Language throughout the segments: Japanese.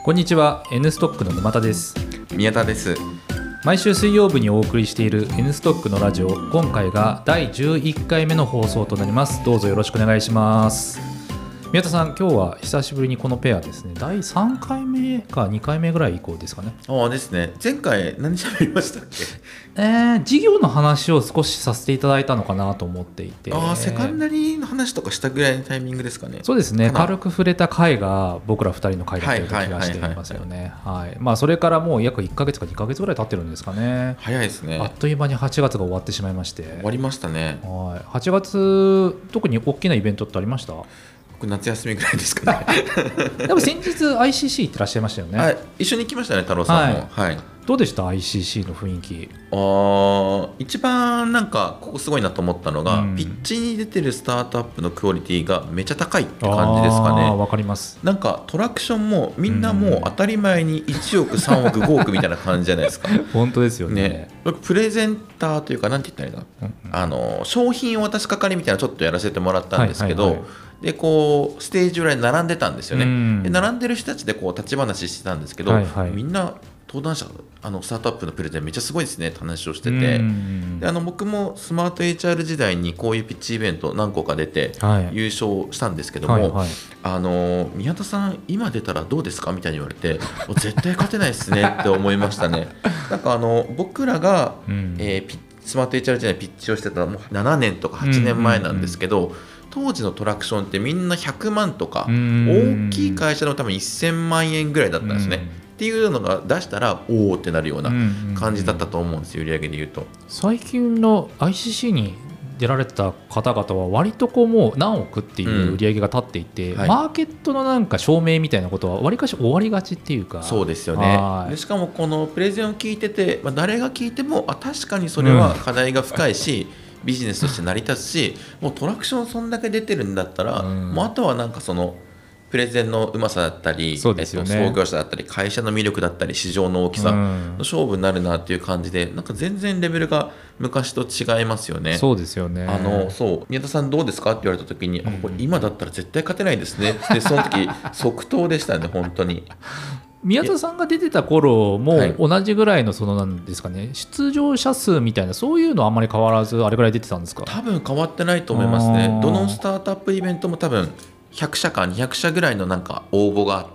こんにちは、N ストックの沼田です。 宮田です。 毎週水曜日にお送りしている N ストックのラジオ、今回が第11回目の放送となります。どうぞよろしくお願いします。宮田さん、今日は久しぶりにこのペアですね。第3回目か2回目ぐらい以降ですかね。 ああですね。前回何喋りましたっけ？ 事業の話を少しさせていただいたのかなと思っていて、 セカンダリーの話とかしたぐらいのタイミングですかね。 そうですね。軽く触れた回が僕ら2人の回だったような気がしていますよね。それからもう約1ヶ月か2ヶ月ぐらい経ってるんですかね。 早いですね。 あっという間に8月が終わってしまいまして。 終わりましたね。 8月特に大きなイベントってありました？ 夏休みぐらいですかね。 でも先日 ICC 行ってらっしゃいましたよね。 一緒に行きましたね、太郎さんも。 どうでした ICC の雰囲気？ 一番なんかここすごいなと思ったのが、ピッチに出てるスタートアップのクオリティがめちゃ高いって感じですかね。 わかります。 なんかトラクションもみんなもう当たり前に1億3億5億みたいな感じじゃないですか。 本当ですよね。 プレゼンターというかなんて言ったらいいの、商品を渡す係みたいなちょっとやらせてもらったんですけど、でこうステージ裏に並んでたんですよね。で並んでる人たちでこう立ち話してたんですけど、みんな登壇者スタートアップのプレゼンめっちゃすごいですねって話をしてて、で僕もスマート HR 時代にこういうピッチイベント何個か出て優勝したんですけども、宮田さん今出たらどうですかみたいに言われて絶対勝てないですねって思いましたね。なんか僕らが、スマート HR 時代にピッチをしてたもう7年とか8年前なんですけど、当時のトラクションってみんな100万とか大きい会社の多分1000万円ぐらいだったんですね。っていうのが出したらおおってなるような感じだったと思うんですよ、売上でいうと。 最近の ICC に出られた方々は割とこうもう何億っていう売上が立っていて、マーケットのなんか証明みたいなことはわりかし終わりがちっていうか。 そうですよね。でしかもこのプレゼンを聞いてて、誰が聞いても確かにそれは課題が深いし、ビジネスとして成り立つし、もうトラクションそんだけ出てるんだったら、もうあとはなんかそのプレゼンのうまさだったり、創業者だったり会社の魅力だったり市場の大きさの勝負になるなっていう感じで、なんか全然レベルが昔と違いますよね。 そうですよね。 宮田さんどうですかって言われた時に、これ今だったら絶対勝てないですねってその時即答でしたね本当に。 宮田さんが出てた頃も同じぐらいのなんですかね、出場者数みたいなそういうのはあんまり変わらずあれぐらい出てたんですか？ 多分変わってないと思いますね。どのスタートアップイベントも多分100社か200社ぐらいのなんか応募があって、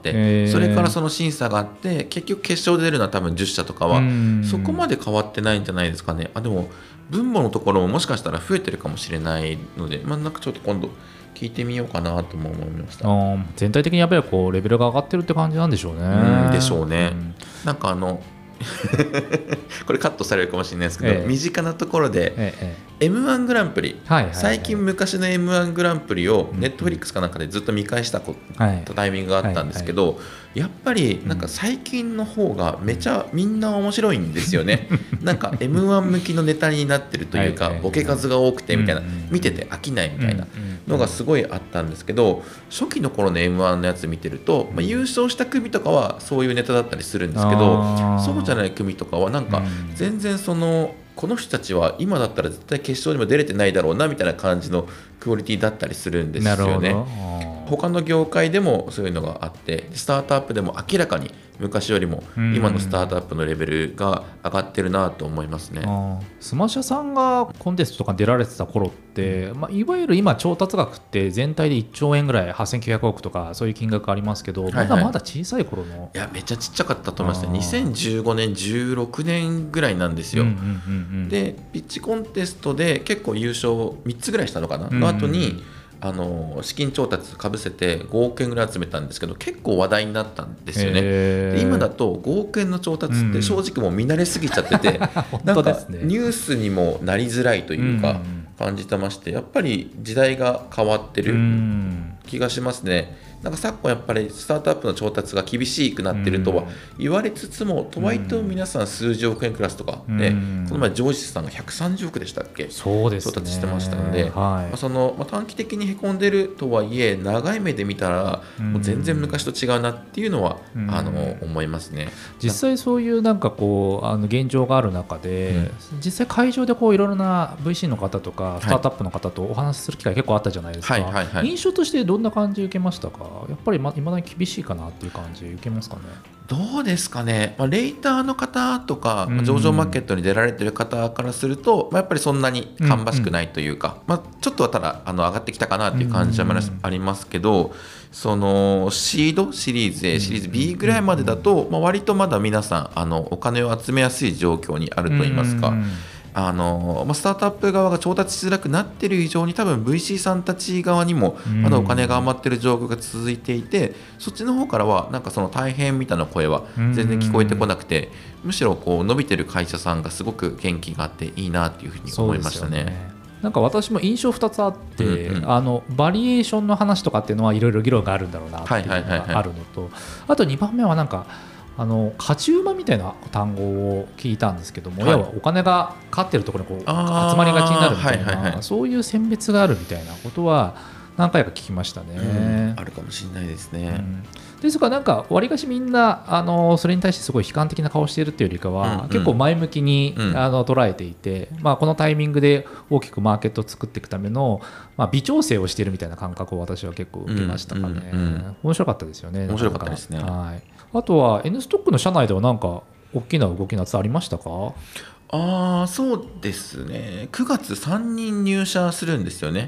それからその審査があって結局決勝で出るのは多分10社とかはそこまで変わってないんじゃないですかね。でも分母のところももしかしたら増えてるかもしれないので、なんかちょっと今度聞いてみようかなとも思いました。 全体的にやっぱりこうレベルが上がってるって感じなんでしょうね。 でしょうね。なんかこれカットされるかもしれないですけど、身近なところで、M1 グランプリ、最近昔の M1 グランプリをネットフリックスかなんかでずっと見返したタイミングがあったんですけど、やっぱりなんか最近の方がめちゃみんな面白いんですよね。なんか M1 向きのネタになってるというか、ボケ数が多くてみたいな、見てて飽きないみたいなのがすごいあったんですけど、初期の頃の M1 のやつ見てると、優勝した組とかはそういうネタだったりするんですけど、そうじゃない組とかはなんか全然この人たちは今だったら絶対決勝にも出れてないだろうなみたいな感じのクオリティだったりするんですよね。他の業界でもそういうのがあって、スタートアップでも明らかに昔よりも今のスタートアップのレベルが上がってるなと思いますね。 スマシャさんがコンテストとか出られてた頃って、いわゆる今調達額って全体で1兆円ぐらい8900億とかそういう金額ありますけど、まだまだ小さい頃の、 いやめっちゃちっちゃかったと思いますね。2015年16年ぐらいなんですよ。でピッチコンテストで結構優勝3つぐらいしたのかな、の後に資金調達かぶせて5億円ぐらい集めたんですけど、結構話題になったんですよね。で今だと5億円の調達って正直もう見慣れすぎちゃってて、なんかニュースにもなりづらいというか感じてまして、やっぱり時代が変わってる気がしますね。なんか昨今やっぱりスタートアップの調達が厳しくなってるとは言われつつも、とはいっても皆さん数十億円クラスとかで、この前ジョージさんが130億でしたっけ、 そうですね、 調達してましたので、短期的にへこんでるとはいえ長い目で見たらもう全然昔と違うなっていうのは思いますね。 実際そういうなんかこう現状がある中で、実際会場でこういろいろな VC の方とかスタートアップの方とお話しする機会結構あったじゃないですか。印象としてどんな感じ受けましたか？ やっぱり未だに厳しいかなっていう感じ受けますかね。 どうですかね、レーターの方とか、上場マーケットに出られてる方からすると、やっぱりそんなに芳しくないというか、ちょっとはただ上がってきたかなという感じはありますけど、そのシードシリーズ A、シリーズ B ぐらいまでだと、割とまだ皆さんお金を集めやすい状況にあるといいますか、スタートアップ側が調達しづらくなっている以上に多分 VC さんたち側にもまだお金が余っている状況が続いていて、そっちの方からはなんかその大変みたいな声は全然聞こえてこなくて、むしろこう伸びてる会社さんがすごく元気があっていいなというふうに思いましたね。 なんか私も印象2つあって、バリエーションの話とかっていうのはいろいろ議論があるんだろうなっていうのがあるのと、あと2番目はなんか勝ち馬みたいな単語を聞いたんですけども、要はお金が勝ってるところにこう集まりがちになるみたいな、そういう選別があるみたいなことは何回か聞きましたね。 あるかもしれないですね。 ですからなんかわりかしみんなそれに対してすごい悲観的な顔しているというよりかは、結構前向きに捉えていて、このタイミングで大きくマーケットを作っていくための微調整をしているみたいな感覚を私は結構受けましたかね。面白かったですよね。 面白かったですね。 あとは N ストックの社内ではなんか大きな動きなつありましたか？ そうですね、9月3人入社するんですよね。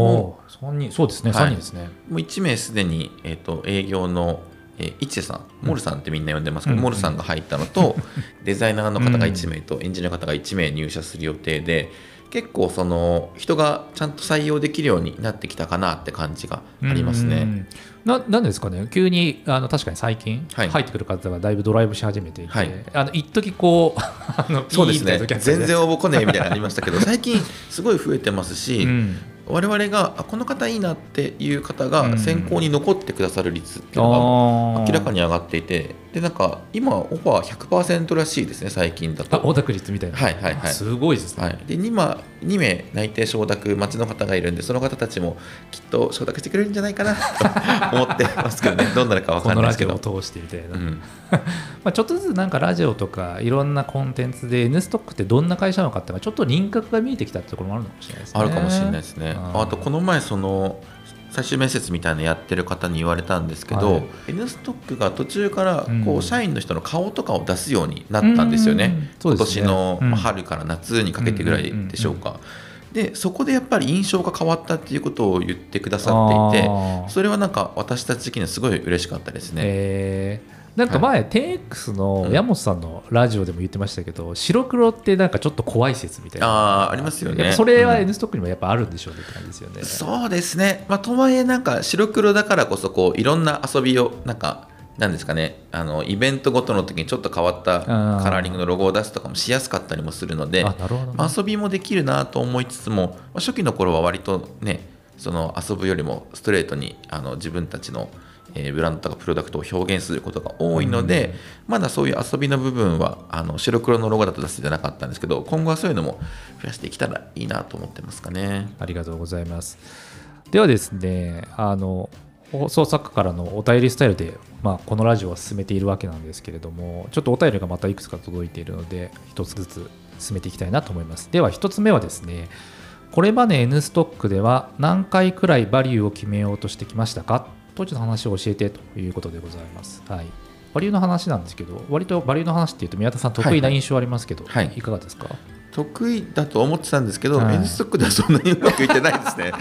3人、そうですね、3人ですね。 もう1名すでに、営業のイチェさん、モルさんってみんな呼んでますけど、モルさんが入ったのと、デザイナーの方が1名とエンジニアの方が1名入社する予定で、結構その人がちゃんと採用できるようになってきたかなって感じがありますね。 なんですかね、急に確かに最近入ってくる方がだいぶドライブし始めていて、一時こうそうですね、全然応募来ねえみたいなのありましたけど、最近すごい増えてますし、我々がこの方いいなっていう方が選考に残ってくださる率っていうのが明らかに上がっていて、でなんか今オファー 100% らしいですね、最近だと。 応諾率みたいな、すごいですね。 で2名内定承諾待ちの方がいるんで、その方たちもきっと承諾してくれるんじゃないかなと思ってますけどね。どんなのか分からないですけど、 このラジオを通してみたいな、ちょっとずつなんかラジオとかいろんなコンテンツで N ストックってどんな会社なのかっていうのがちょっと輪郭が見えてきたってところもあるのかもしれないですね。 あるかもしれないですね。あとこの前その最終面接みたいなのやってる方に言われたんですけど、N ストックが途中からこう社員の人の顔とかを出すようになったんですよね。今年の春から夏にかけてぐらいでしょうか。でそこでやっぱり印象が変わったっていうことを言ってくださっていて、それはなんか私たち的にはすごい嬉しかったですね。 なんか前、10X の山本さんのラジオでも言ってましたけど、白黒ってなんかちょっと怖い説みたいな、 ありますよね。 それは N ストックにもやっぱあるんでしょうねって感じですよね。 そうですね、とはいえなんか白黒だからこそこういろんな遊びをなんですかね、イベントごとの時にちょっと変わったカラーリングのロゴを出すとかもしやすかったりもするので、遊びもできるなと思いつつも、初期の頃は割とね、その遊ぶよりもストレートに自分たちのブランドとかプロダクトを表現することが多いので、まだそういう遊びの部分は白黒のロゴだと出せてなかったんですけど、今後はそういうのも増やしていけたらいいなと思ってますかね。 ありがとうございます。ではですね、放送作家からのお便りスタイルで、このラジオは進めているわけなんですけれども、ちょっとお便りがまたいくつか届いているので一つずつ進めていきたいなと思います。では一つ目はですね、これまで N ストックでは何回くらいバリューを決めようとしてきましたかという話を教えてということでございます。バリューの話なんですけど、割とバリューの話っていうと宮田さん得意な印象ありますけど、いかがですか？ 得意だと思ってたんですけど、N ストックではそんなにうまくいってないですね。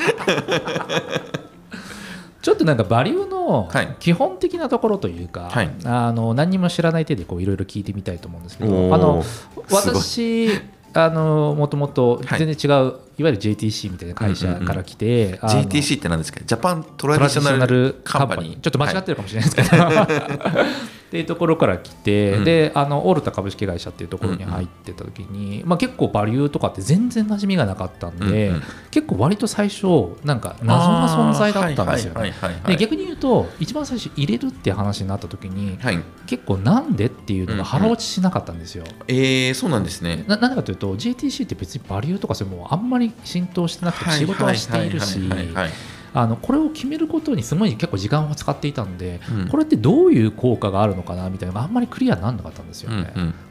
ちょっとなんかバリューの基本的なところというか、何にも知らない手でいろいろ聞いてみたいと思うんですけど、私もともと全然違ういわゆる JTC みたいな会社から来て、 JTC って何ですか？ジャパントラディショナルカンパニー、 ちょっと間違ってるかもしれないですけど、っていうところから来て、でオールタ株式会社っていうところに入ってた時に、結構バリューとかって全然馴染みがなかったんで、結構割と最初なんか謎な存在だったんですよね。で逆に言うと一番最初入れるって話になった時に、結構なんでっていうのが腹落ちしなかったんですよ。 そうなんですね。 なんでかというと JTC って別にバリューとかそれもあんまり浸透してなくて仕事はしているし、これを決めることにすごい結構時間を使っていたんで、これってどういう効果があるのかなみたいなのがあんまりクリアにならなかったんですよね。これっ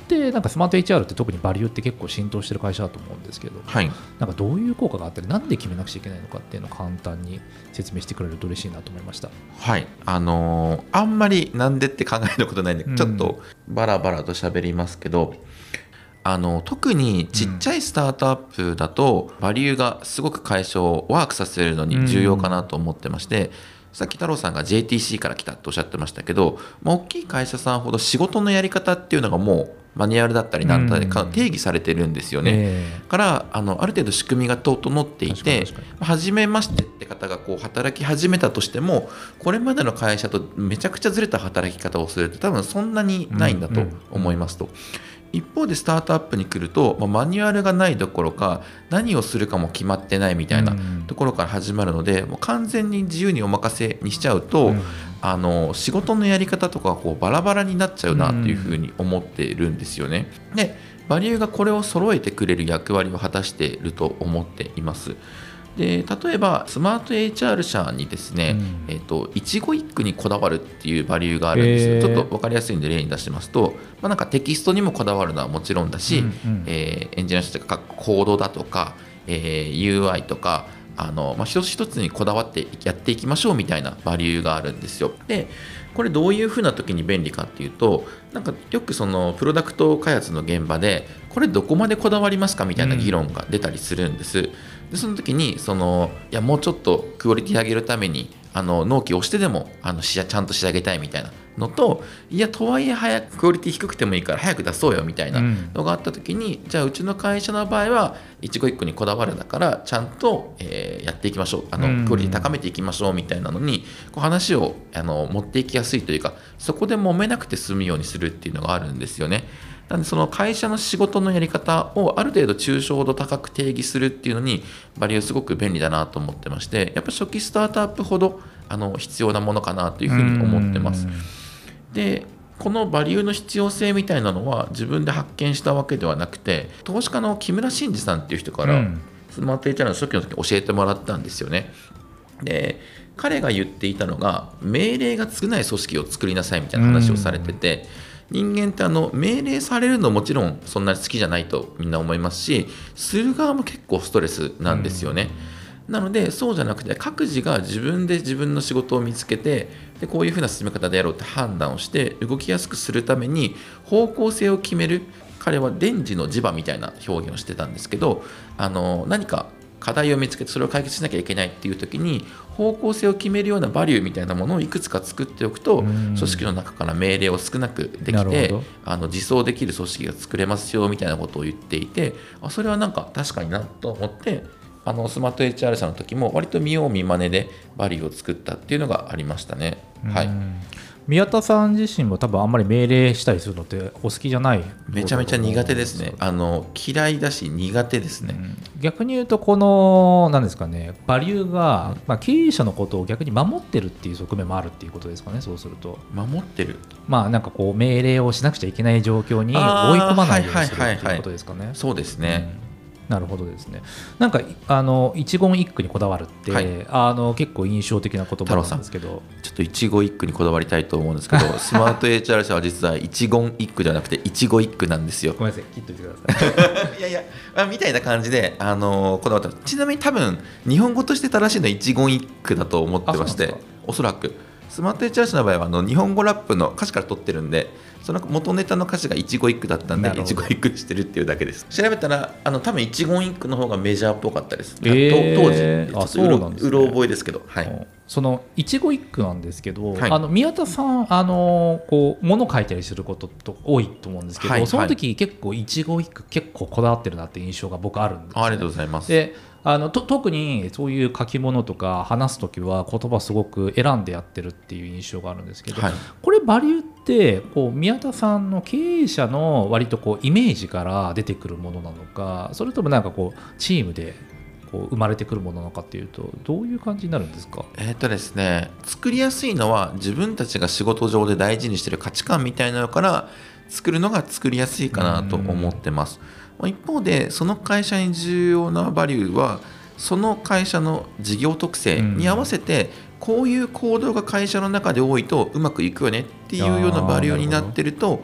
ってなんかスマート HR って特にバリューって結構浸透してる会社だと思うんですけど、 はい、 なんかどういう効果があったりなんで決めなくちゃいけないのかっていうのを簡単に説明してくれると嬉しいなと思いました。 はい、あんまりなんでって考えたことないんで、ちょっとバラバラと喋りますけど、特にちっちゃいスタートアップだとバリューがすごく会社をワークさせるのに重要かなと思ってまして、さっき太郎さんが JTC から来たとおっしゃってましたけど、大きい会社さんほど仕事のやり方っていうのがもうマニュアルだったりなんだり定義されてるんですよね。からある程度仕組みが整っていて、初めましてって方がこう働き始めたとしても、これまでの会社とめちゃくちゃずれた働き方をするって多分そんなにないんだと思いますと。一方でスタートアップに来ると、マニュアルがないどころか何をするかも決まってないみたいなところから始まるので、もう完全に自由にお任せにしちゃうと、仕事のやり方とかこうバラバラになっちゃうなというふうに思っているんですよね。でバリューがこれを揃えてくれる役割を果たしていると思っています。で例えばスマート HR 社にですね、一語一句にこだわるっていうバリューがあるんですよ。ちょっと分かりやすいんで例に出しますと、なんかテキストにもこだわるのはもちろんだし、エンジニアの人が書くコードだとか、UI とか一つ一つにこだわってやっていきましょうみたいなバリューがあるんですよ。でこれどういうふうな時に便利かっていうと、なんかよくそのプロダクト開発の現場でこれどこまでこだわりますかみたいな議論が出たりするんです。でその時にいやもうちょっとクオリティ上げるために納期をしてでもちゃんと仕上げたいみたいなのと、いやとはいえ早くクオリティ低くてもいいから早く出そうよみたいなのがあった時に、じゃあうちの会社の場合は一個一個にこだわるだからちゃんと、やっていきましょう、クオリティ高めていきましょうみたいなのにこう話を持っていきやすいというか、そこで揉めなくて済むようにするっていうのがあるんですよね。なのでその会社の仕事のやり方をある程度抽象度高く定義するっていうのにバリューすごく便利だなと思ってまして、やっぱ初期スタートアップほど必要なものかなというふうに思ってます。でこのバリューの必要性みたいなのは自分で発見したわけではなくて、投資家の木村真二さんっていう人からスマート HR の初期の時に教えてもらったんですよね。で彼が言っていたのが、命令が少ない組織を作りなさいみたいな話をされてて、人間って命令されるのもちろんそんなに好きじゃないとみんな思いますし、する側も結構ストレスなんですよね。なのでそうじゃなくて各自が自分で自分の仕事を見つけて、でこういうふうな進め方でやろうって判断をして動きやすくするために方向性を決める、彼は電磁の磁場みたいな表現をしてたんですけど、何か課題を見つけてそれを解決しなきゃいけないっていう時に方向性を決めるようなバリューみたいなものをいくつか作っておくと、組織の中から命令を少なくできて自走できる組織が作れますよみたいなことを言っていて、それはなんか確かになと思って、スマート HR 社の時も割と見よう見まねでバリューを作ったっていうのがありましたね。はい、 宮田さん自身も多分あんまり命令したりするのってお好きじゃない？ めちゃめちゃ苦手ですね。嫌いだし苦手ですね。 逆に言うとこの何ですかね、バリューが、経営者のことを逆に守ってるっていう側面もあるっていうことですかね。そうすると守ってる、 なんかこう命令をしなくちゃいけない状況に追い込まないようにするっていうことですかね。 そうですね、 なるほどですね。なんか一言一句にこだわるって、結構印象的な言葉なんですけど、 ちょっと一語一句にこだわりたいと思うんですけどスマート HR 社は実は一言一句じゃなくて一語一句なんですよ。 ごめんなさい、切っといてくださいいやみたいな感じでこだわった。ちなみに多分日本語として正しいのは一言一句だと思ってまして、おそらくスマート HR 社の場合は日本語ラップの歌詞から取ってるんで、その元ネタの歌詞が一語一句だったんで一語一句にしてるっていうだけです。調べたら多分一言一句の方がメジャーっぽかったです、当時。ちょっとうろ覚えですけど、 その一語一句なんですけど、宮田さんこう物書いたりすること多いと思うんですけど、その時結構一語一句結構こだわってるなっていう印象が僕あるんです、ね。 ありがとうございます。 で特にそういう書き物とか話すときは言葉すごく選んでやってるっていう印象があるんですけど、これバリューってこう宮田さんの経営者の割とこうイメージから出てくるものなのか、それともなんかこうチームでこう生まれてくるものなのかっていうとどういう感じになるんですか？ ですね、作りやすいのは自分たちが仕事上で大事にしている価値観みたいなのから作るのが作りやすいかなと思ってます。一方でその会社に重要なバリューはその会社の事業特性に合わせてこういう行動が会社の中で多いとうまくいくよねっていうようなバリューになってると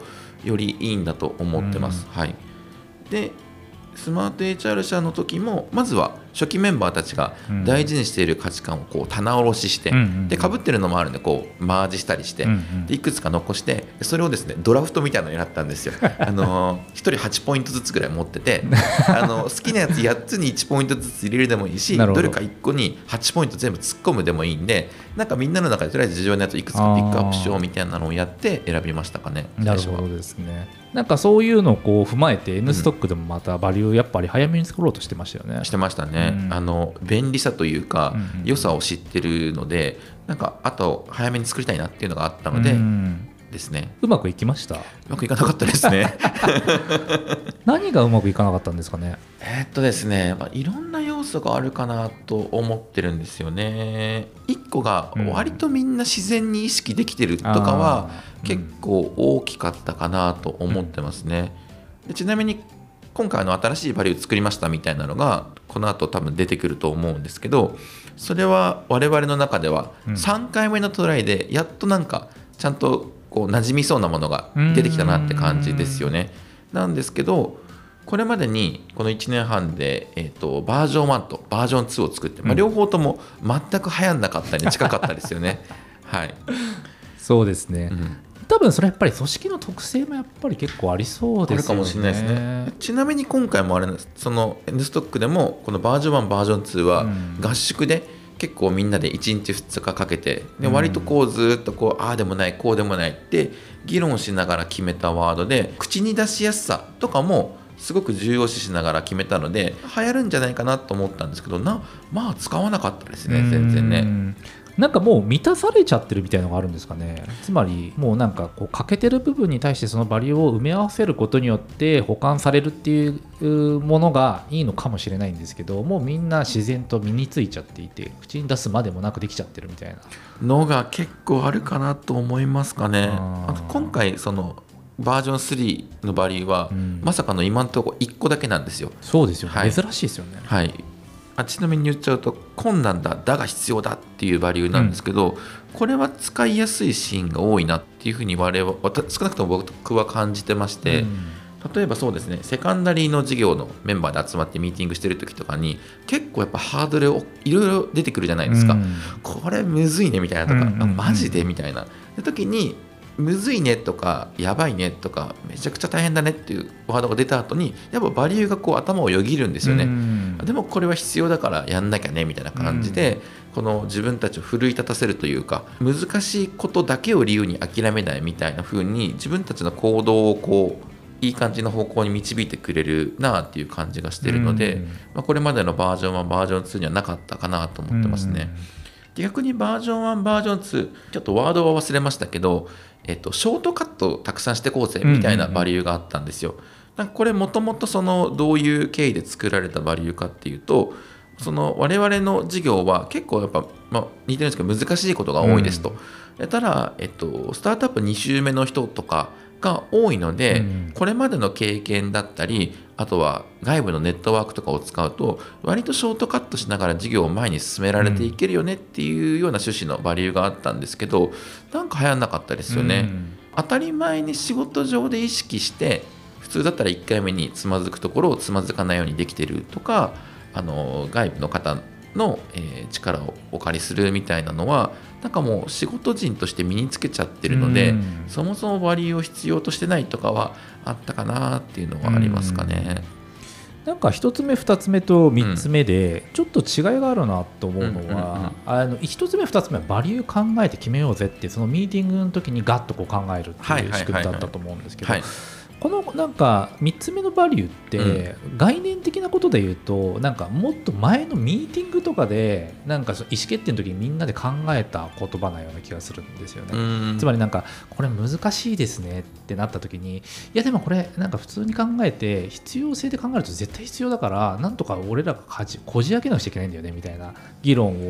よりいいんだと思ってます。はい、でスマート HR 社の時もまずは初期メンバーたちが大事にしている価値観をこう棚卸しして、で被ってるのもあるんでこうマージしたりして、でいくつか残してそれをですねドラフトみたいなのになったんですよ。1人8ポイントずつぐらい持ってて好きなやつ8つに1ポイントずつ入れるでもいいしどれか1個に8ポイント全部突っ込むでもいいんで、なんかみんなの中でとりあえず重要なやつをいくつかピックアップしようみたいなのをやって選びましたかね。 なるほどですね。なんかそういうのをこう踏まえて N ストックでもまたバリューやっぱり早めに作ろうとしてましたよね。 してましたね。便利さというか、良さを知ってるのでなんかあと早めに作りたいなっていうのがあったので、ですね。 うまくいきました？うまくいかなかったですね。 何がうまくいかなかったんですかね。 ですね、いろんな要素があるかなと思ってるんですよね。1個が割とみんな自然に意識できてるとかは結構大きかったかなと思ってますね。でちなみに今回新しいバリュー作りましたみたいなのがこの後多分出てくると思うんですけど、それは我々の中では3回目のトライでやっとなんかちゃんとこう馴染みそうなものが出てきたなって感じですよね。なんですけどこれまでにこの1年半で、バージョン1とバージョン2を作って、両方とも全く流行んなかったり近かったですよね。はい、 そうですね、多分それやっぱり組織の特性もやっぱり結構ありそうですよね。 あるかもしれないですね。ちなみに今回もあれです、その N ストックでもこのバージョン1バージョン2は合宿で結構みんなで1日2日かけてで割とこうずっとこうああでもないこうでもないって議論しながら決めたワードで、口に出しやすさとかもすごく重要視しながら決めたので流行るんじゃないかなと思ったんですけどまあ使わなかったですね全然ね。 なんかもう満たされちゃってるみたいなのがあるんですかね。つまりもうなんかこう欠けてる部分に対してそのバリューを埋め合わせることによって補完されるっていうものがいいのかもしれないんですけど、もうみんな自然と身についちゃっていて口に出すまでもなくできちゃってるみたいなのが結構あるかなと思いますかね。あと今回そのバージョン3のバリューは、まさかの今のところ1個だけなんですよ。 そうですよね、はい、珍しいですよね。 はい、ちなみに言っちゃうと困難だが必要だっていうバリューなんですけど、これは使いやすいシーンが多いなっていうふうに少なくとも僕は感じてまして、例えばそうですねセカンダリーの事業のメンバーで集まってミーティングしてる時とかに結構やっぱハードルをいろいろ出てくるじゃないですか。これむずいねみたいなとか、マジでみたいな時にむずいねとかやばいねとかめちゃくちゃ大変だねっていうワードが出た後にやっぱバリューがこう頭をよぎるんですよね。でもこれは必要だからやんなきゃねみたいな感じで、この自分たちを奮い立たせるというか難しいことだけを理由に諦めないみたいな風に自分たちの行動をこういい感じの方向に導いてくれるなっていう感じがしているので、これまでのバージョン1バージョン2にはなかったかなと思ってますね。逆にバージョン1バージョン2ちょっとワードは忘れましたけど、ショートカットをたくさんしていこうぜみたいなバリューがあったんですよ。なんかこれもともとどういう経緯で作られたバリューかっていうと、その我々の事業は結構やっぱ、似てるんですけど難しいことが多いですと。ただ、スタートアップ2週目の人とかが多いので、これまでの経験だったりあとは外部のネットワークとかを使うと割とショートカットしながら事業を前に進められていけるよねっていうような趣旨のバリューがあったんですけど、なんか流行んなかったですよね。当たり前に仕事上で意識して普通だったら1回目につまずくところをつまずかないようにできてるとか、外部の方の力をお借りするみたいなのはなんかもう仕事人として身につけちゃってるので、そもそもバリューを必要としてないとかはあったかなっていうのはありますかね。 なんか1つ目2つ目と3つ目でちょっと違いがあるなと思うのは、1つ目2つ目はバリュー考えて決めようぜってそのミーティングの時にガッとこう考えるっていう仕組みだったと思うんですけど、このなんか3つ目のバリューって概念的なことで言うとなんかもっと前のミーティングとかでなんか意思決定の時にみんなで考えた言葉なような気がするんですよね。つまりなんかこれ難しいですねってなった時にいやでもこれなんか普通に考えて必要性で考えると絶対必要だからなんとか俺らがこじ開けなくちゃいけないんだよねみたいな議論を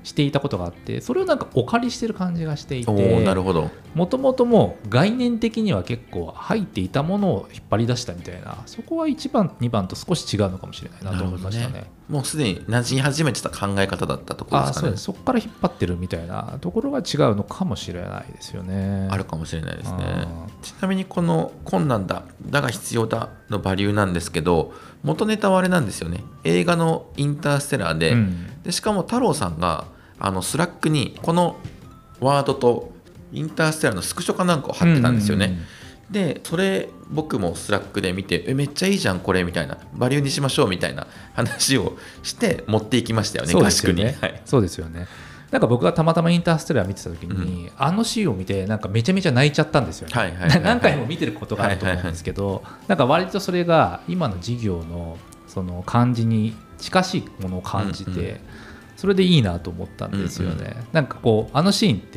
していたことがあって、それをなんかお借りしてる感じがしていて、 なるほど。 もともともう概念的には結構入っていたものを引っ張り出したみたいな、そこは1番2番と少し違うのかもしれないなと思いましたね。 もうすでに馴染み始めてた考え方だったところですかね。 そうです。そこから引っ張ってるみたいなところが違うのかもしれないですよね。 あるかもしれないですね。ちなみにこの困難だが必要だのバリューなんですけど、元ネタはあれなんですよね。映画のインターステラーで、でしかも太郎さんがスラックにこのワードとインターステラーのスクショかなんかを貼ってたんですよね。でそれ僕もスラックで見て、めっちゃいいじゃんこれみたいな、バリューにしましょうみたいな話をして持っていきましたよね、合宿に。 そうですよね。なんか僕がたまたまインターステラー見てた時に、あのシーンを見てなんかめちゃめちゃ泣いちゃったんですよね。何回も見てることがあると思うんですけど、なんか割とそれが今の授業のその感じに近しいものを感じて、それでいいなと思ったんですよね。なんかこうあのシーンって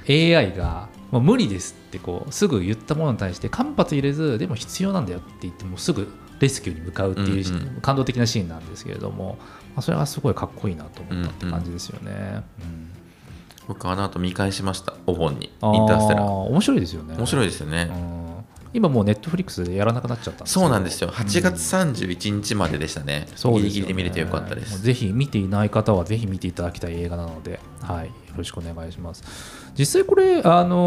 AI がもう無理ですってこうすぐ言ったものに対して間髪入れず、でも必要なんだよって言ってもすぐレスキューに向かうっていう感動的なシーンなんですけれども、それはすごいかっこいいなと思ったって感じですよね。 僕あの後見返しました、お盆にインターステラー。 面白いですよね。 面白いですよね。 今もうネットフリックスでやらなくなっちゃったんですよ。 そうなんですよ。8月31日まででしたね。ギリギリで見れてよかったです。 ぜひ見ていない方はぜひ見ていただきたい映画なので、はい、よろしくお願いします。実際これ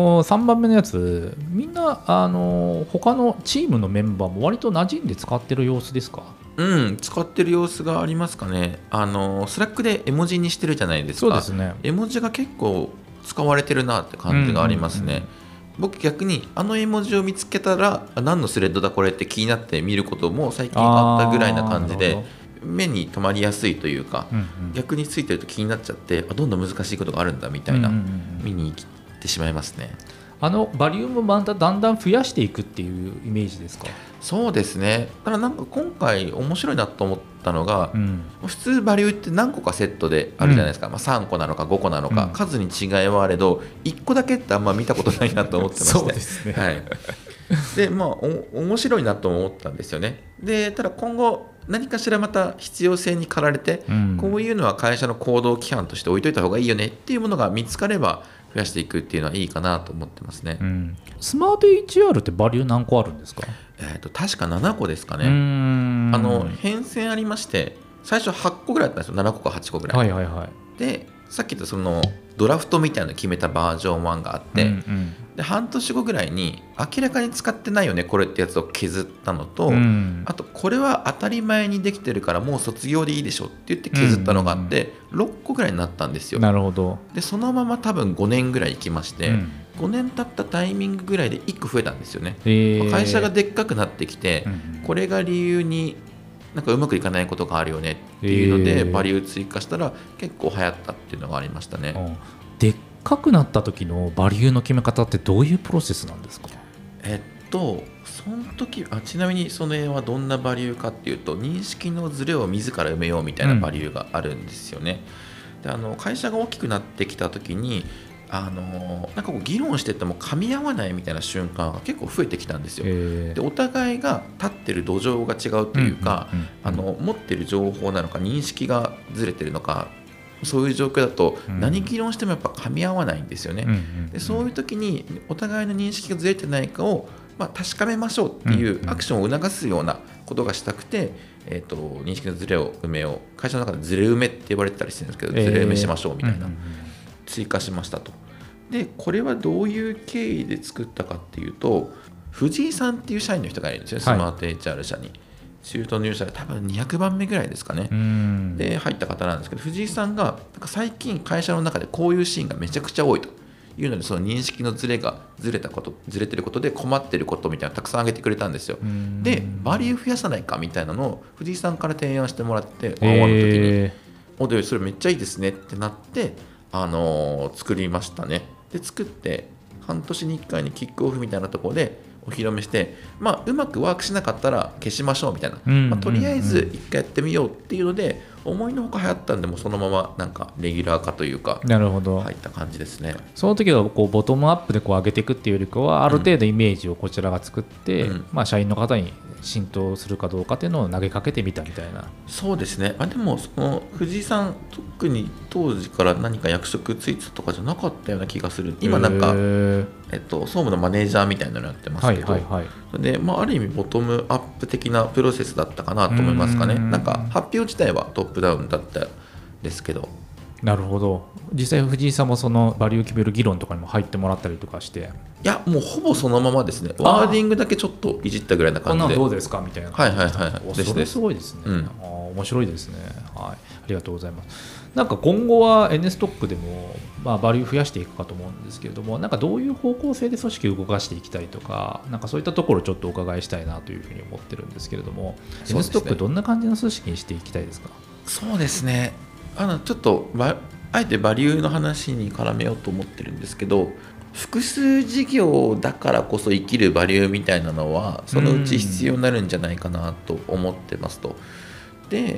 3番目のやつ、みんな他のチームのメンバーも割と馴染んで使ってる様子ですか？ 使ってる様子がありますかね。スラックで絵文字にしてるじゃないですか。 そうですね。 絵文字が結構使われてるなって感じがありますね。僕逆に絵文字を見つけたら何のスレッドだこれって気になって見ることも最近あったぐらいな感じで、目に留まりやすいというか、逆についてると気になっちゃって、どんどん難しいことがあるんだみたいな、見に行ってしまいますね。 バリュームもだんだん増やしていくっていうイメージですか？ そうですね。ただなんか今回面白いなと思ったのが、普通バリューって何個かセットであるじゃないですか。3個なのか5個なのか、数に違いはあれど1個だけってあんま見たことないなと思ってましてそうですね。 はい。で面白いなと思ったんですよね。でただ今後何かしらまた必要性に駆られて、こういうのは会社の行動規範として置いといた方がいいよねっていうものが見つかれば増やしていくっていうのはいいかなと思ってますね。 スマート HR ってバリュー何個あるんですか？ 確か7個ですかね。変遷ありまして、最初8個ぐらいだったんですよ。7個か8個ぐらい。でさっき言ったそのドラフトみたいなの決めたバージョン1があって、で半年後ぐらいに明らかに使ってないよねこれってやつを削ったのと、あとこれは当たり前にできてるからもう卒業でいいでしょって言って削ったのがあって、6個ぐらいになったんですよ。 なるほど。 でそのまま多分5年ぐらい行きまして、5年経ったタイミングぐらいで1個増えたんですよね。会社がでっかくなってきて、これが理由になんかうまくいかないことがあるよねっていうので、バリュー追加したら結構流行ったっていうのがありましたね。 でっかくなった時のバリューの決め方ってどういうプロセスなんですか？ その時ちなみにその絵はどんなバリューかっていうと、認識のズレを自ら埋めようみたいなバリューがあるんですよね。で会社が大きくなってきた時になんかこう議論してても噛み合わないみたいな瞬間が結構増えてきたんですよ。でお互いが立ってる土壌が違うというか、持ってる情報なのか認識がずれてるのか、そういう状況だと何議論してもやっぱ噛み合わないんですよね。でそういう時にお互いの認識がずれてないかを確かめましょうっていうアクションを促すようなことがしたくて、認識のズレを埋めよう、会社の中でズレ埋めって呼ばれてたりしてるんですけど、ズレ埋めしましょうみたいな、追加しましたと。でこれはどういう経緯で作ったかっていうと、藤井さんっていう社員の人がいるんですよ、スマート HR 社に。中途入社で多分200番目ぐらいですかね。で入った方なんですけど、藤井さんがなんか最近会社の中でこういうシーンがめちゃくちゃ多いというので、その認識のズレがずれてることで困ってることみたいなのたくさん挙げてくれたんですよ。でバリュー増やさないかみたいなのを藤井さんから提案してもらって、終わる時にでそれめっちゃいいですねってなって、作りましたね。で作って半年に1回にキックオフみたいなところでお披露目して、うまくワークしなかったら消しましょうみたいな、とりあえず一回やってみようっていうので思いのほか流行ったんで、もうそのままなんかレギュラー化というかなるほど入った感じですね。 その時はこうボトムアップでこう上げていくっていうよりかはある程度イメージをこちらが作って、社員の方に浸透するかどうかっていうのを投げかけてみたみたいな。 そうですね。でもその藤井さん特に当時から何か役職ついてたとかじゃなかったような気がする。今なんか、総務のマネージャーみたいなのやってますけど、である意味ボトムアップ的なプロセスだったかなと思いますかね。なんか発表自体はトップダウンだったですけど。 なるほど。実際藤井さんもそのバリューを決める議論とかにも入ってもらったりとかして。 いやもうほぼそのままですね。ワーディングだけちょっといじったぐらいな感じで。 こんなのどうですかみたいな感じで。それすごいですね。面白いですね。はい、ありがとうございます。なんか今後は N ストックでもバリュー増やしていくかと思うんですけれども、なんかどういう方向性で組織を動かしていきたいとか、なんかそういったところをちょっとお伺いしたいなというふうに思ってるんですけれども、N ストックどんな感じの組織にしていきたいですか？ そうですね。ちょっとあえてバリューの話に絡めようと思ってるんですけど、複数事業だからこそ生きるバリューみたいなのはそのうち必要になるんじゃないかなと思ってますと。で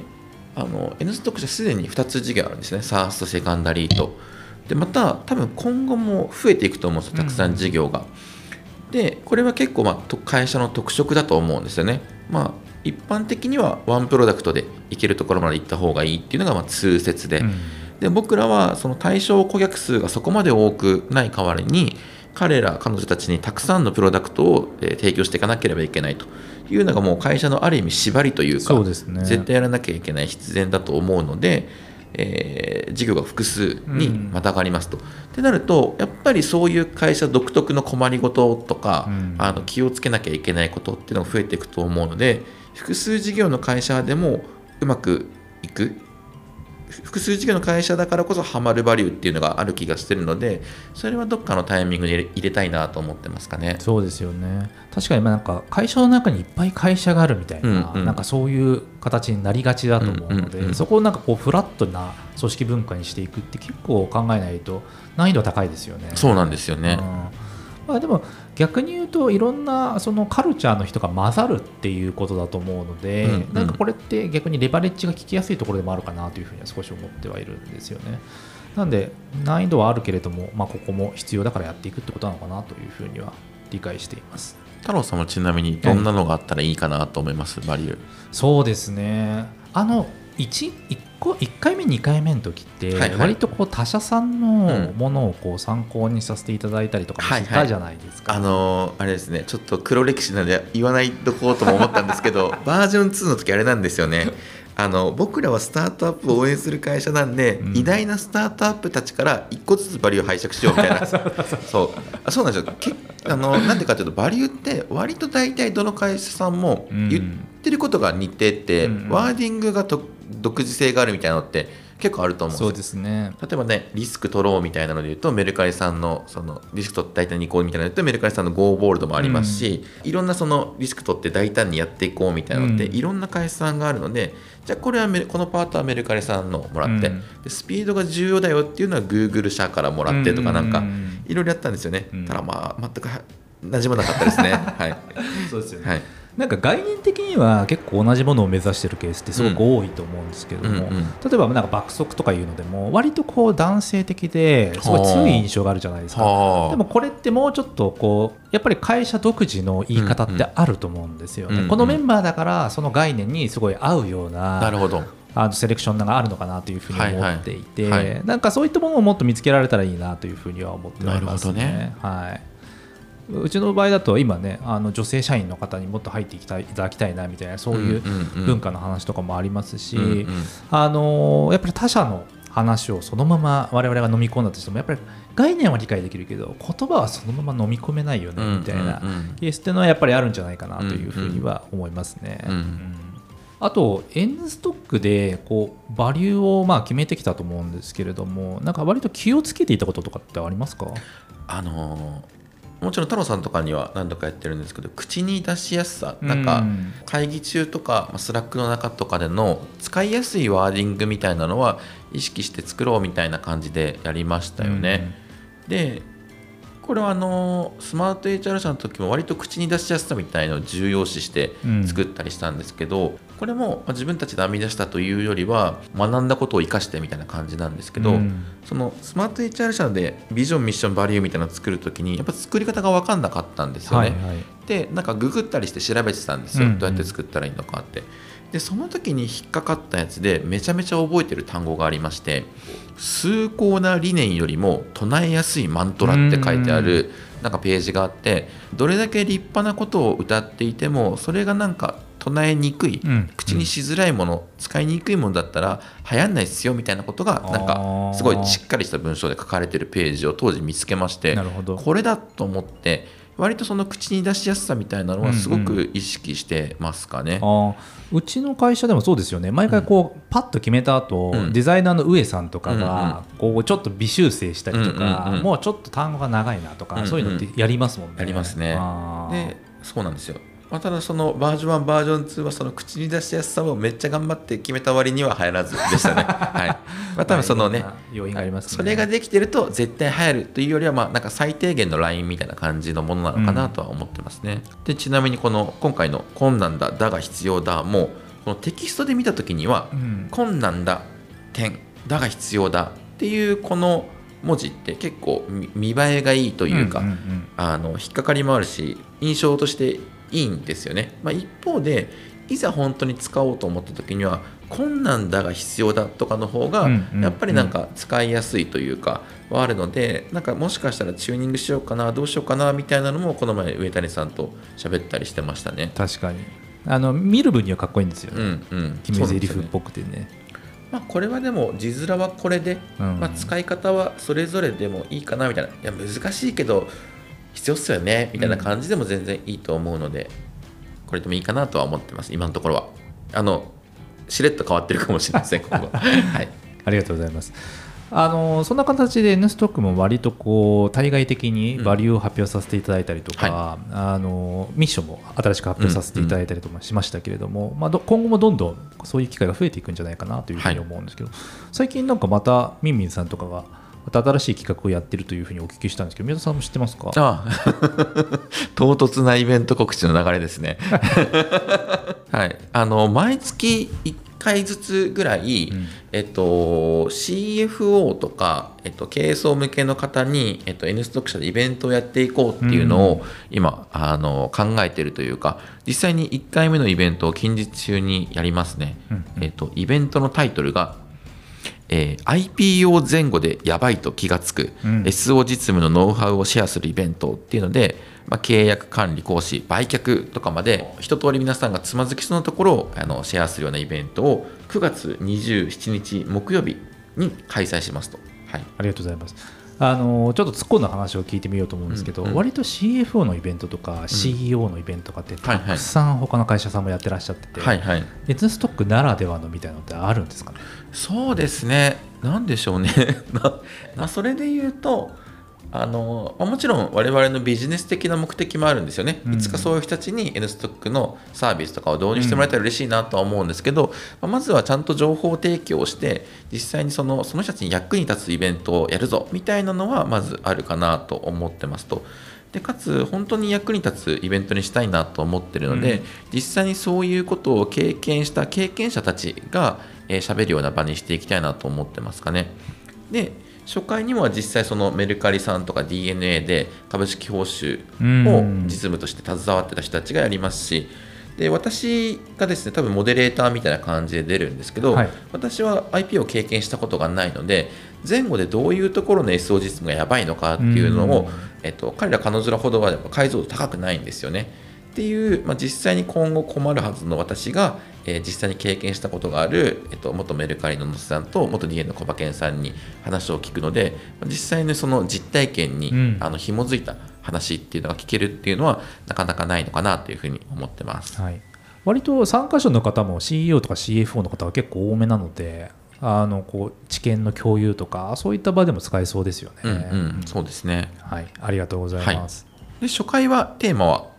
N ストックじゃすでに2つ事業あるんですね。サーストセカンダリーと。でまた多分今後も増えていくと思うんですよ、たくさん事業が。でこれは結構会社の特色だと思うんですよね。一般的にはワンプロダクトでいけるところまで行った方がいいっていうのが通説で、で僕らはその対象顧客数がそこまで多くない代わりに彼女たちにたくさんのプロダクトを提供していかなければいけないというのがもう会社のある意味縛りというか、 そうですね、 絶対やらなきゃいけない必然だと思うので、事業が複数にまたがりますと、ってなるとやっぱりそういう会社独特の困りごととか、気をつけなきゃいけないことっていうのが増えていくと思うので、複数事業の会社でもうまくいく、複数事業の会社だからこそハマるバリューっていうのがある気がしてるので、それはどっかのタイミングで入れたいなと思ってますかね。 そうですよね。確かになんか会社の中にいっぱい会社があるみたいな、なんかそういう形になりがちだと思うので、そこをなんかこうフラットな組織文化にしていくって結構考えないと難易度高いですよね。 そうなんですよね。 でも逆に言うといろんなそのカルチャーの人が混ざるっていうことだと思うので、なんかこれって逆にレバレッジが効きやすいところでもあるかなというふうには少し思ってはいるんですよね。なんで難易度はあるけれども、ここも必要だからやっていくってことなのかなというふうには理解しています。 太郎さんはちなみにどんなのがあったらいいかなと思います、バリュー。 そうですね、1回目2回目の時って割とこう他社さんのものをこう参考にさせていただいたりとかもしたじゃないですか。 あれですね、ちょっと黒歴史なので言わないとこうとも思ったんですけどバージョン2の時あれなんですよね。僕らはスタートアップを応援する会社なんで、偉大なスタートアップたちから1個ずつバリューを拝借しようみたいなそうなんですよ。なんでかというとバリューって割と大体どの会社さんも言ってることが似てて、ワーディングが独自性があるみたいなのって結構あると思うんですよ。 そうですね。 例えばね、リスク取ろうみたいなので言うとメルカリさんのそのリスク取って大胆にいこうみたいなので言うとメルカリさんの Go ボールドもありますし、いろんなそのリスク取って大胆にやっていこうみたいなのっていろんな会社さんがあるので、じゃあこれはこのパートはメルカリさんのもらって、でスピードが重要だよっていうのは Google 社からもらってとか、なんかいろいろやったんですよね。ただ全く馴染まなかったですね。はい、 そうですよね。なんか概念的には結構同じものを目指しているケースってすごく多いと思うんですけども、例えばなんか爆速とかいうのでも割とこう男性的ですごい強い印象があるじゃないですか。でもこれってもうちょっとこうやっぱり会社独自の言い方ってあると思うんですよね。このメンバーだからその概念にすごい合うような、 なるほど、 セレクションがあるのかなというふうに思っていて、なんかそういったものをもっと見つけられたらいいなというふうには思っておりますね。うちの場合だと今ね、女性社員の方にもっと入っていただきたいなみたいな、そういう文化の話とかもありますし、やっぱり他社の話をそのまま我々が飲み込んだとしてもやっぱり概念は理解できるけど言葉はそのまま飲み込めないよねみたいなケースっていうのはやっぱりあるんじゃないかなというふうには思いますね。あと N ストックでこうバリューを決めてきたと思うんですけれども、なんか割と気をつけていたこととかってありますか？ もちろん太郎さんとかには何度かやってるんですけど、口に出しやすさ、なんか会議中とかスラックの中とかでの使いやすいワーディングみたいなのは意識して作ろうみたいな感じでやりましたよね。でこれはスマート HR 社の時も割と口に出しやすさみたいのを重要視して作ったりしたんですけど、これも自分たちで編み出したというよりは学んだことを生かしてみたいな感じなんですけど、そのスマート HR 社でビジョンミッションバリューみたいなのを作る時にやっぱ作り方が分かんなかったんですよね。でなんかググったりして調べてたんですよ、どうやって作ったらいいのかって。でその時に引っかかったやつでめちゃめちゃ覚えてる単語がありまして、崇高な理念よりも唱えやすいマントラって書いてあるなんかページがあって、どれだけ立派なことを歌っていてもそれがなんか唱えにくい、口にしづらいもの、使いにくいものだったら流行んないっすよみたいなことがなんかすごいしっかりした文章で書かれてるページを当時見つけまして、これだと思って割とその口に出しやすさみたいなのはすごく意識してますかね。 うちの会社でもそうですよね。毎回こうパッと決めた後、デザイナーの上さんとかがこうちょっと微修正したりとか、もうちょっと単語が長いなとか、そういうのってやりますもんね。 やりますね。でそうなんですよ。ただそのバージョン1バージョン2はその口に出しやすさをめっちゃ頑張って決めた割には流行らずでしたね。はい。多分そのね、 要因がありますね。 それができてると絶対流行るというよりはなんか最低限のラインみたいな感じのものなのかなとは思ってますね。でちなみにこの今回の困難だだが必要だもこのテキストで見た時には、困難だ点だが必要だっていうこの文字って結構見栄えがいいというか、引っかかりもあるし印象としていいんですよね。一方でいざ本当に使おうと思った時には困難だが必要だとかの方がやっぱりなんか使いやすいというかはあるので、なんかもしかしたらチューニングしようかなどうしようかなみたいなのもこの前上谷さんと喋ったりしてましたね。 確かに見る分にはかっこいいんですよね。決め台詞っぽくてね。 これはでも字面はこれで、使い方はそれぞれでもいいかなみたいな、いや難しいけど必要っすよねみたいな感じでも全然いいと思うので、これでもいいかなとは思ってます。今のところはしれっと変わってるかもしれません今後はい、 ありがとうございます。そんな形で N ストックも割とこう対外的にバリューを発表させていただいたりとか、ミッションも新しく発表させていただいたりとかしましたけれども、今後もどんどんそういう機会が増えていくんじゃないかなというふうに思うんですけど、最近なんかまたみんみんさんとかがまた新しい企画をやってるというふうにお聞きしたんですけど、宮田さんも知ってますか？ 唐突なイベント告知の流れですねはい、毎月1回ずつぐらい、CFO とか、経営層向けの方に、N ストック社でイベントをやっていこうっていうのを今、考えているというか、実際に1回目のイベントを近日中にやりますね。イベントのタイトルがIPO 前後でやばいと気がつく、SO 実務のノウハウをシェアするイベントっていうので、契約管理講師売却とかまで一通り皆さんがつまずきそうなところをシェアするようなイベントを9月27日木曜日に開催しますと。はい、 ありがとうございます。ちょっと突っ込んだ話を聞いてみようと思うんですけど、割と CFO のイベントとか CEO のイベントとかってたくさん他の会社さんもやってらっしゃってて、N ストックならではのみたいなのってあるんですかね？ そうですね、なんでしょうねそれで言うともちろん我々のビジネス的な目的もあるんですよね。いつかそういう人たちに N ストックのサービスとかを導入してもらえたら嬉しいなとは思うんですけど、まずはちゃんと情報提供をして実際にその人たちに役に立つイベントをやるぞみたいなのはまずあるかなと思ってますと。でかつ本当に役に立つイベントにしたいなと思ってるので、実際にそういうことを経験した経験者たちが喋るような場にしていきたいなと思ってますかね。で初回には実際そのメルカリさんとか DNA で株式報酬を実務として携わってた人たちがやりますし、で私がですね多分モデレーターみたいな感じで出るんですけど、私は IP を経験したことがないので前後でどういうところの SO 実務がやばいのかっていうのを、彼ら彼女らほどはやっぱ解像度高くないんですよねっていう、実際に今後困るはずの私が、実際に経験したことがある、元メルカリの野瀬さんと元 DN の小馬健さんに話を聞くので、実際にその実体験に、紐づいた話っていうのが聞けるっていうのはなかなかないのかなというふうに思ってます。 割と参加者の方も CEO とか CFO の方は結構多めなので、こう知見の共有とかそういった場でも使えそうですよね。 そうですね。 ありがとうございます。 で初回はテーマは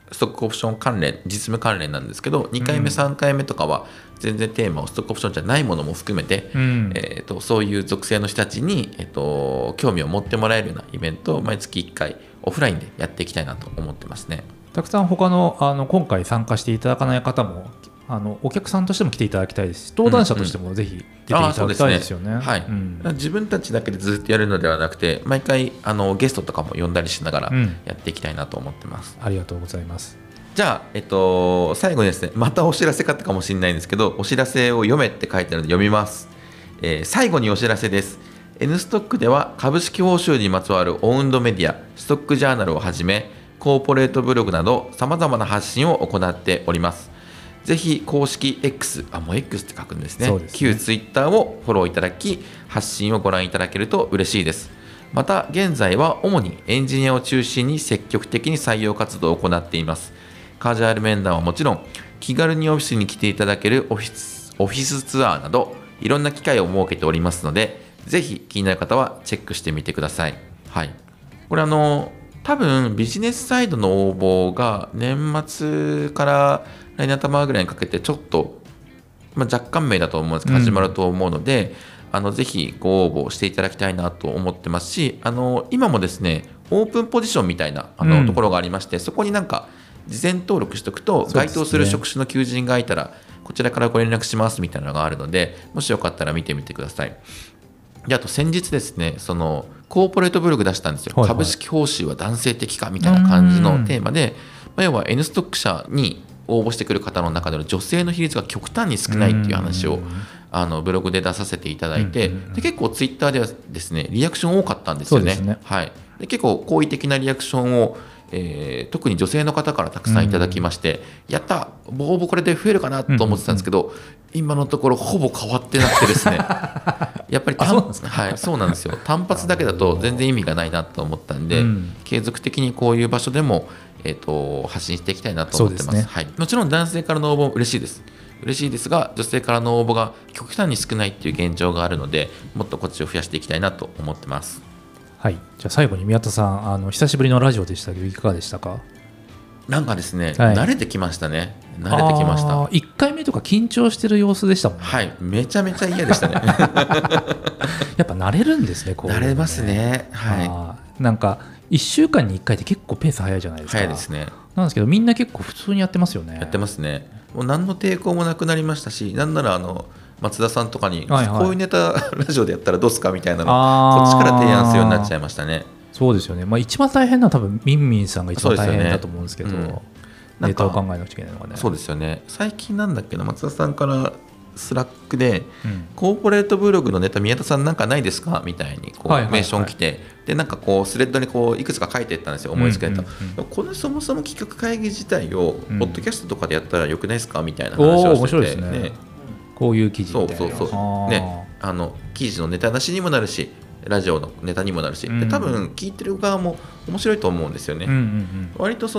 ストックオプション関連、実務関連なんですけど、2回目、3回目とかは全然テーマをストックオプションじゃないものも含めて、そういう属性の人たちに、興味を持ってもらえるようなイベントを毎月1回オフラインでやっていきたいなと思ってますね。 たくさん他の今回参加していただかない方もお客さんとしても来ていただきたいですし、登壇者としてもぜひ出ていただきたいですよね。 自分たちだけでずっとやるのではなくて、毎回ゲストとかも呼んだりしながらやっていきたいなと思ってます。 ありがとうございます。 じゃあ、最後にですね、またお知らせかったかもしれないんですけど、お知らせを読めって書いてあるので読みます。最後にお知らせです。N ストックでは株式報酬にまつわるオウンドメディア、ストックジャーナルをはじめ、コーポレートブログなどさまざまな発信を行っております。ぜひ公式 X、もう X って書くんですね。旧 Twitter をフォローいただき、発信をご覧いただけると嬉しいです。また、現在は主にエンジニアを中心に積極的に採用活動を行っています。カジュアル面談はもちろん、気軽にオフィスに来ていただけるオフィスツアーなど、いろんな機会を設けておりますので、ぜひ気になる方はチェックしてみてください。はい。これ多分ビジネスサイドの応募が年末から来年頭ぐらいにかけてちょっと、若干名だと思うんですけど始まると思うので、ぜひご応募していただきたいなと思ってますし、今もですねオープンポジションみたいなところがありまして、そこになんか事前登録しておくと該当する職種の求人がいたらこちらからご連絡しますみたいなのがあるので、もしよかったら見てみてください。であと先日ですね、コーポレートブログ出したんですよ、株式報酬は男性的かみたいな感じのテーマで、要は N ストック社に応募してくる方の中での女性の比率が極端に少ないっていう話をブログで出させていただいて、で結構ツイッターではですねリアクション多かったんですよね。で結構好意的なリアクションを特に女性の方からたくさんいただきまして、やった応募これで増えるかなと思ってたんですけど、今のところほぼ変わってなくてですねやっぱりそうなんですよ。単発だけだと全然意味がないなと思ったんで、継続的にこういう場所でも、発信していきたいなと思ってます。もちろん男性からの応募嬉しいですが、女性からの応募が極端に少ないっていう現状があるので、もっとこっちを増やしていきたいなと思ってます。 はい、じゃあ最後に宮田さん、久しぶりのラジオでしたけどいかがでしたか？ なんかですね、慣れてきましたね。1 回目とか緊張してる様子でしたもんね。 めちゃめちゃ嫌でしたねやっぱ慣れるんですね。 慣れますね。 なんか1週間に1回って結構ペース早いじゃないですか。 早いですね。 なんですけどみんな結構普通にやってますよね。 やってますね。もう何の抵抗もなくなりましたし、なんなら松田さんとかにこういうネタラジオでやったらどうすかみたいなのこっちから提案するようになっちゃいましたね。 そうですよね。一番大変なのは多分ミンミンさんが一番大変だと思うんですけど、ネタを考えなくちゃいけないのがね。 そうですよね。最近なんだっけな、松田さんからスラックで、コーポレートブログのネタ宮田さんなんかないですかみたいにメンション来て、でなんかスレッドにいくつか書いていったんですよ、思いつきネタ。このそもそも企画会議自体をポッドキャストとかでやったらよくないですかみたいな話をしてて、こういう記事みたいな、記事のネタ出しにもなるしラジオのネタにもなるし、で多分聞いてる側も面白いと思うんですよね。割と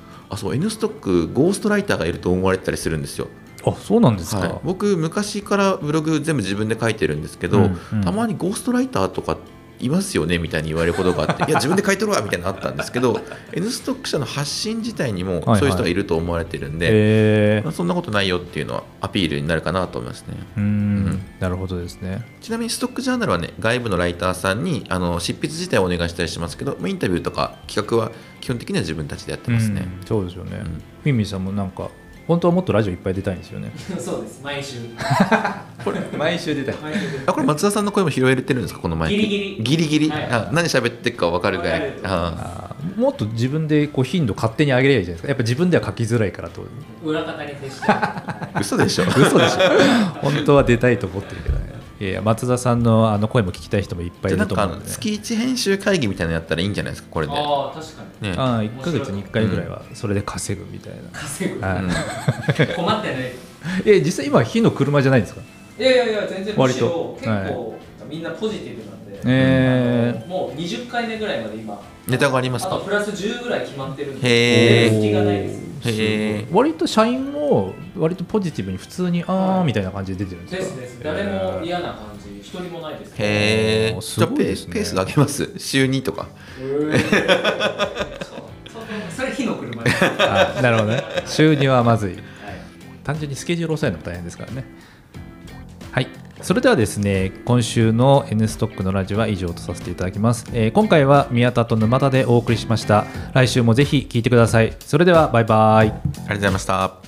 N ストックゴーストライターがいると思われてたりするんですよ。 そうなんですか。 僕昔からブログ全部自分で書いてるんですけど、たまにゴーストライターとかいますよねみたいに言われることがあっていや自分で書いとるわみたいなのあったんですけどN ストック社の発信自体にもそういう人がいると思われてるんで、そんなことないよっていうのはアピールになるかなと思いますね。 なるほどですね。 ちなみにストックジャーナルはね、外部のライターさんに執筆自体をお願いしたりしますけど、インタビューとか企画は基本的には自分たちでやってますね。 そうですよね。ミンミンさんもなんか本当はもっとラジオいっぱい出たいんですよね。 そうです、毎週これ毎週出たい。 これ松田さんの声も拾えてるんですか、この前。ギリギリ、何喋ってるか分かるぐらい。 もっと自分で頻度勝手に上げればいいじゃないですか。やっぱ自分では書きづらいからと。 裏方に徹して嘘でしょ本当は出たいと思ってるけどね。いや松田さんの声も聞きたい人もいっぱいいると思うので、 月1編集会議みたいなのやったらいいんじゃないですか、これで。 確かに、 1ヶ月に1回ぐらいはそれで稼ぐみたいな。 困ってない実際今火の車じゃないですか。 いや全然むしろ結構、みんなポジティブなんで、もう20回目ぐらいまで今ネタがありますか。 あとプラス10ぐらい決まってるんで、隙がないです。 割と社員も割とポジティブに普通にみたいな感じで出てるんですか。 です誰も嫌な感じ一人もないです。 じゃあペース上げます。週2とか。 それひ機の車でなるほどね。収入はまずい、はい、単純にスケジュールを抑えるのも大変ですからね。はい、それではですね、今週の N ストックのラジオは以上とさせていただきます。今回は宮田と沼田でお送りしました。来週もぜひ聞いてください。それではバイバイ。 ありがとうございました。